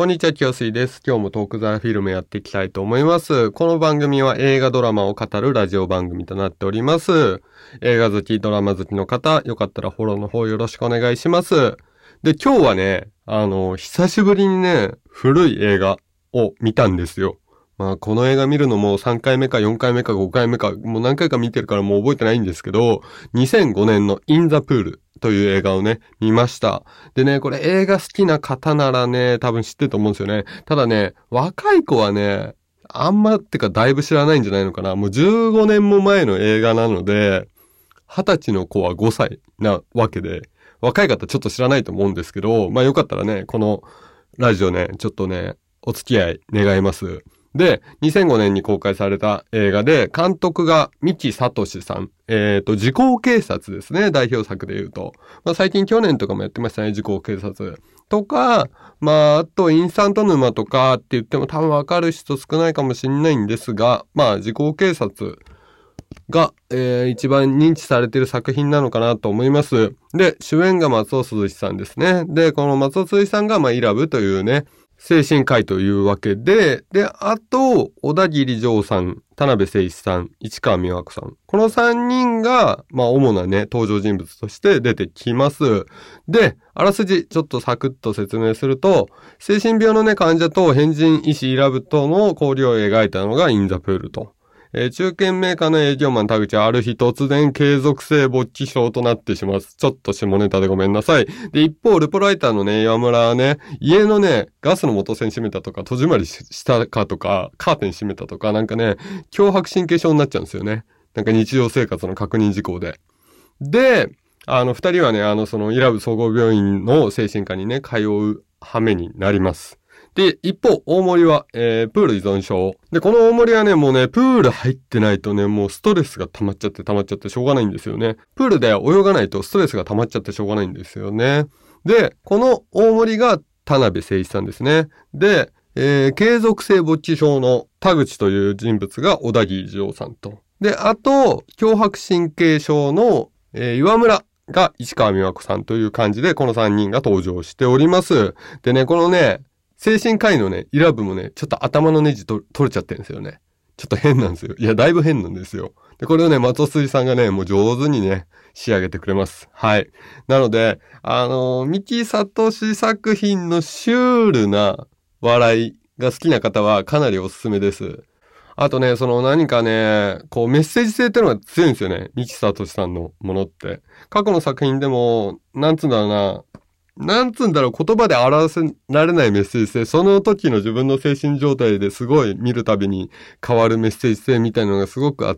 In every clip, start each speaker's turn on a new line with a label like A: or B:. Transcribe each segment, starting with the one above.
A: こんにちは、清水です。今日もトークザフィルムやっていきたいと思います。この番組は映画ドラマを語るラジオ番組となっております。映画好き、ドラマ好きの方、よかったらフォローの方よろしくお願いします。で、今日はね、久しぶりにね、古い映画を見たんですよ。まあ、この映画見るのも3回目か4回目か5回目か、もう何回か見てるからもう覚えてないんですけど、2005年のインザプールという映画をね、見ました。でね、これ映画好きな方ならね、多分知ってると思うんですよね。ただね、若い子はね、あんまってかだいぶ知らないんじゃないのかな。もう15年も前の映画なので、20歳の子は5歳なわけで、若い方ちょっと知らないと思うんですけど、まあよかったらね、このラジオね、ちょっとね、お付き合い願います。で、2005年に公開された映画で、監督が三木聡さん。時効警察ですね、代表作で言うと。まあ最近去年とかもやってましたね、時効警察。とか、まあ、あとインスタント沼とかって言っても多分わかる人少ないかもしれないんですが、まあ時効警察が、一番認知されている作品なのかなと思います。で、主演が松尾鈴さんですね。で、この松尾鈴さんが、まあ、イラブというね、精神科医というわけで、で、あと、小田切丈さん、田辺誠一さん、市川美和子さん。この3人が、まあ、主なね、登場人物として出てきます。で、あらすじ、ちょっとサクッと説明すると、精神病のね、患者と変人医師イラブとの交流を描いたのがインザプールと。中堅メーカーの営業マン田口はある日突然継続性勃起症となってしまう。ちょっと下ネタでごめんなさい。で、一方、ルポライターのね、岩村はね、家のね、ガスの元栓閉めたとか、戸締まりしたかとか、カーテン閉めたとか、なんかね、強迫神経症になっちゃうんですよね。なんか日常生活の確認事項で。で、二人はね、イラブ総合病院の精神科にね、通う羽目になります。で、一方、大森は、プール依存症。で、この大森はね、もうね、プール入ってないとね、もうストレスが溜まっちゃってしょうがないんですよね。プールで泳がないとストレスが溜まっちゃってしょうがないんですよね。で、この大森が田辺誠一さんですね。で、継続性勃起症の田口という人物が小田切丈さんと。で、あと、強迫神経症の、岩村が市川美和子さんという感じで、この3人が登場しております。でね、このね、精神科医のね、イラブもね、ちょっと頭のネジ取れちゃってるんですよね。ちょっと変なんですよ。いや、だいぶ変なんですよ。で、これをね、松尾筋さんがね、もう上手にね、仕上げてくれます。はい。なので、三木聡作品のシュールな笑いが好きな方はかなりおすすめです。あとね、何かね、こうメッセージ性っていうのが強いんですよね。三木聡さんのものって。過去の作品でも、なんつうんだろうな、言葉で表せられないメッセージ性、その時の自分の精神状態ですごい見るたびに変わるメッセージ性みたいなのがすごくあって、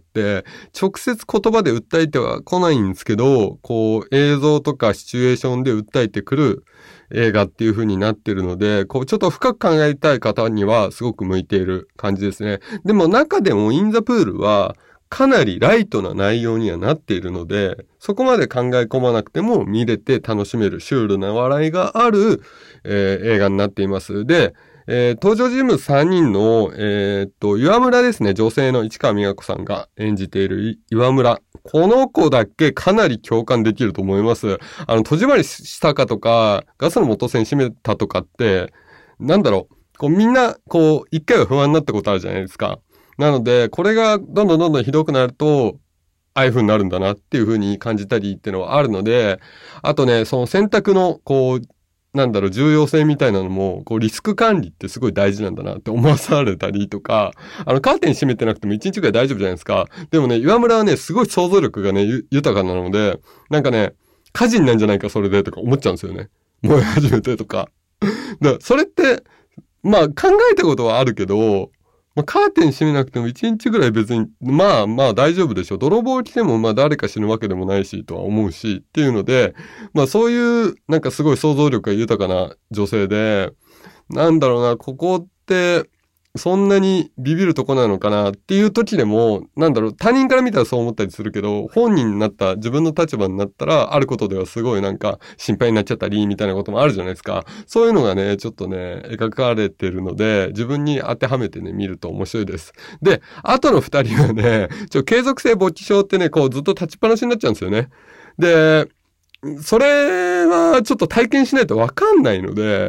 A: 直接言葉で訴えては来ないんですけど、こう映像とかシチュエーションで訴えてくる映画っていう風になってるので、こうちょっと深く考えたい方にはすごく向いている感じですね。でも中でもインザプールは、かなりライトな内容にはなっているので、そこまで考え込まなくても見れて楽しめるシュールな笑いがある、映画になっています。で、登場人物3人の、岩村ですね、女性の市川美和子さんが演じている岩村。この子だけかなり共感できると思います。戸締まりしたかとか、ガスの元栓閉めたとかって、こうみんな、こう、一回は不安になったことあるじゃないですか。なので、これがどんどんひどくなると、ああいう風になるんだなっていう風に感じたりっていうのはあるので、あとね、その選択の、こう、重要性みたいなのも、こう、リスク管理ってすごい大事なんだなって思わされたりとか、カーテン閉めてなくても1日くらい大丈夫じゃないですか。でもね、岩村はね、すごい想像力がね、豊かなので、なんかね、火事になるんじゃないか、それで、とか思っちゃうんですよね。燃え始めてとか。それって、まあ、考えたことはあるけど、まあ、カーテン閉めなくても1日ぐらい別に、まあ大丈夫でしょ。泥棒来てもまあ誰か死ぬわけでもないしとは思うしっていうので、まあそういうなんかすごい想像力が豊かな女性で、ここってそんなにビビるとこなのかなっていう時でも、他人から見たらそう思ったりするけど、本人になった、自分の立場になったら、あることではすごいなんか心配になっちゃったり、みたいなこともあるじゃないですか。そういうのがね、ちょっとね、描かれてるので、自分に当てはめてね、見ると面白いです。で、後の二人はね、継続性勃起症ってね、こうずっと立ちっぱなしになっちゃうんですよね。で、それはちょっと体験しないとわかんないので、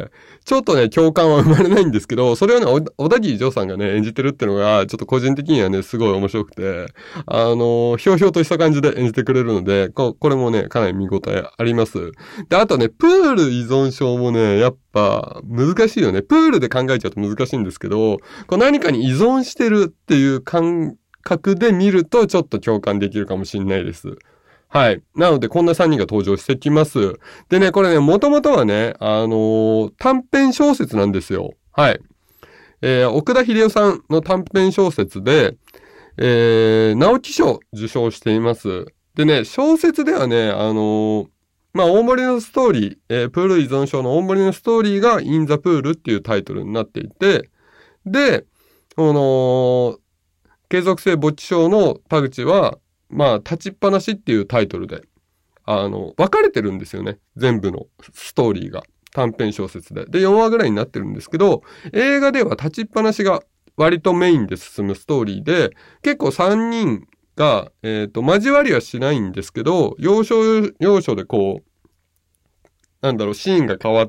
A: ちょっとね、共感は生まれないんですけど、それをね、小田切丈さんがね、演じてるっていうのが、ちょっと個人的にはね、すごい面白くて、ひょうひょうとした感じで演じてくれるので、これもね、かなり見応えあります。で、あとね、プール依存症もね、やっぱ難しいよね。プールで考えちゃうと難しいんですけど、こう何かに依存してるっていう感覚で見るとちょっと共感できるかもしれないです。はい。なので、こんな3人が登場してきます。でね、これね、もともとはね、短編小説なんですよ。はい。奥田秀夫さんの短編小説で、直木賞受賞しています。でね、小説ではね、大森のストーリー、プール依存症の大森のストーリーがインザプールっていうタイトルになっていて、で、継続性勃起症の田口は、立ちっぱなしっていうタイトルで、分かれてるんですよね。全部のストーリーが。短編小説で。で、4話ぐらいになってるんですけど、映画では立ちっぱなしが割とメインで進むストーリーで、結構3人が、交わりはしないんですけど、要所要所でこう、シーンが変わって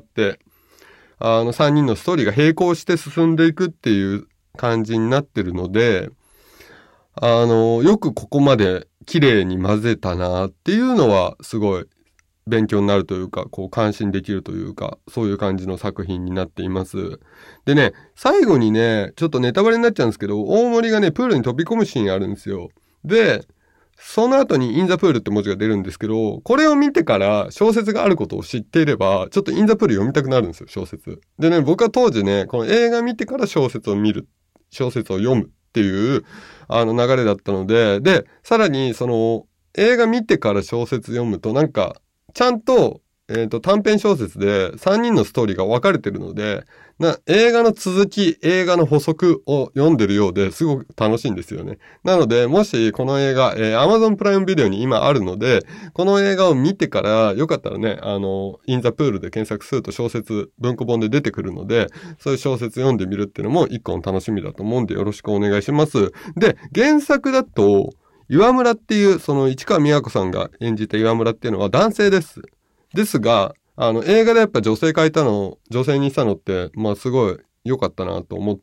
A: 、3人のストーリーが並行して進んでいくっていう感じになってるので、よくここまで綺麗に混ぜたなっていうのはすごい勉強になるというか、こう感心できるというか、そういう感じの作品になっています。でね、最後にね、ちょっとネタバレになっちゃうんですけど、大森がね、プールに飛び込むシーンあるんですよ。で、その後にインザプールって文字が出るんですけど、これを見てから小説があることを知っていれば、ちょっとインザプール読みたくなるんですよ、小説。でね、僕は当時ね、この映画見てから小説を読むっていう、流れだったので、で、さらに、映画見てから小説読むと、ちゃんと、短編小説で3人のストーリーが分かれてるので、映画の続き、映画の補足を読んでるようですごく楽しいんですよね。なので、もしこの映画、Amazon プライムビデオに今あるので、この映画を見てからよかったらね、インザプールで検索すると小説、文庫本で出てくるので、そういう小説読んでみるっていうのも一個の楽しみだと思うんでよろしくお願いします。で、原作だと、岩村っていう、市川美和子さんが演じた岩村っていうのは男性です。ですが、映画でやっぱ女性にしたのって、すごい良かったなと思って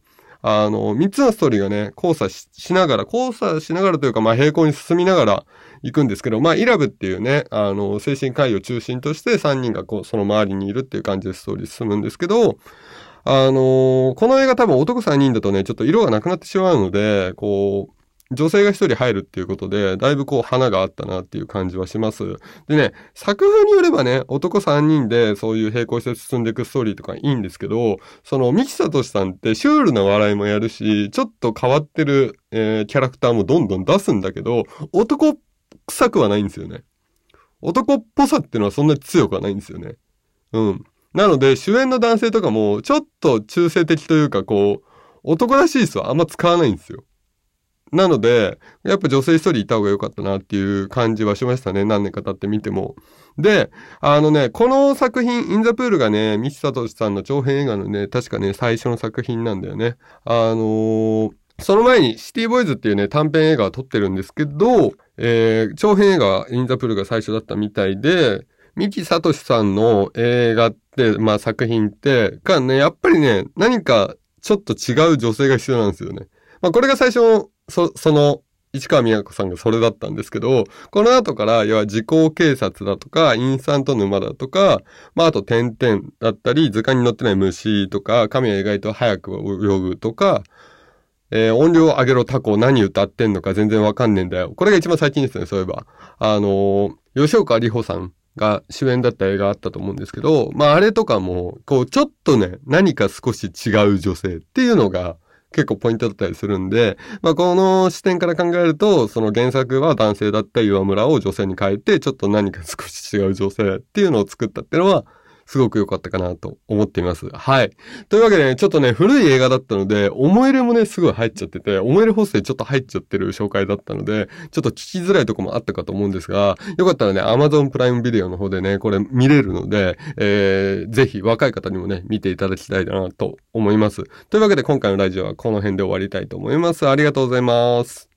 A: 、3つのストーリーがね、交差しながらというか、並行に進みながら行くんですけど、イラブっていうね、精神科医を中心として3人がその周りにいるっていう感じでストーリー進むんですけど、この映画多分男3人だとね、ちょっと色がなくなってしまうので、女性が一人入るっていうことで、だいぶ花があったなっていう感じはします。でね、作風によればね、男3人でそういう並行して進んでいくストーリーとかいいんですけど、三木聡さんってシュールな笑いもやるし、ちょっと変わってる、キャラクターもどんどん出すんだけど、男臭くはないんですよね。男っぽさっていうのはそんなに強くはないんですよね。うん。なので、主演の男性とかも、ちょっと中性的というか、男らしい人はあんま使わないんですよ。なので、やっぱ女性一人いた方が良かったなっていう感じはしましたね。何年か経ってみても。で、この作品、インザプールがね、三木聡さんの長編映画のね、確かね、最初の作品なんだよね。その前にシティボーイズっていうね、短編映画を撮ってるんですけど、長編映画、インザプールが最初だったみたいで、三木聡さんの映画って、作品って、やっぱりね、何かちょっと違う女性が必要なんですよね。これが最初の、市川美和子さんがそれだったんですけど、この後から、要は時効警察だとか、インスタント沼だとか、あと点々だったり、図鑑に載ってない虫とか、神は意外と早く泳ぐとか、音量を上げろタコ何歌ってんのか全然わかんねえんだよ。これが一番最近ですね、そういえば。吉岡里帆さんが主演だった映画あったと思うんですけど、あれとかも、ちょっとね、何か少し違う女性っていうのが、結構ポイントだったりするんで、この視点から考えると、その原作は男性だった岩村を女性に変えて、ちょっと何か少し違う女性っていうのを作ったっていうのは、すごく良かったかなと思っています。はい。というわけでね、ちょっとね、古い映画だったので、思い入れもね、すごい入っちゃってて、思い入れ補正ちょっと入っちゃってる紹介だったので、ちょっと聞きづらいとこもあったかと思うんですが、よかったらね、Amazon プライムビデオの方でね、これ見れるので、ぜひ若い方にもね、見ていただきたいなと思います。というわけで今回のラジオはこの辺で終わりたいと思います。ありがとうございます。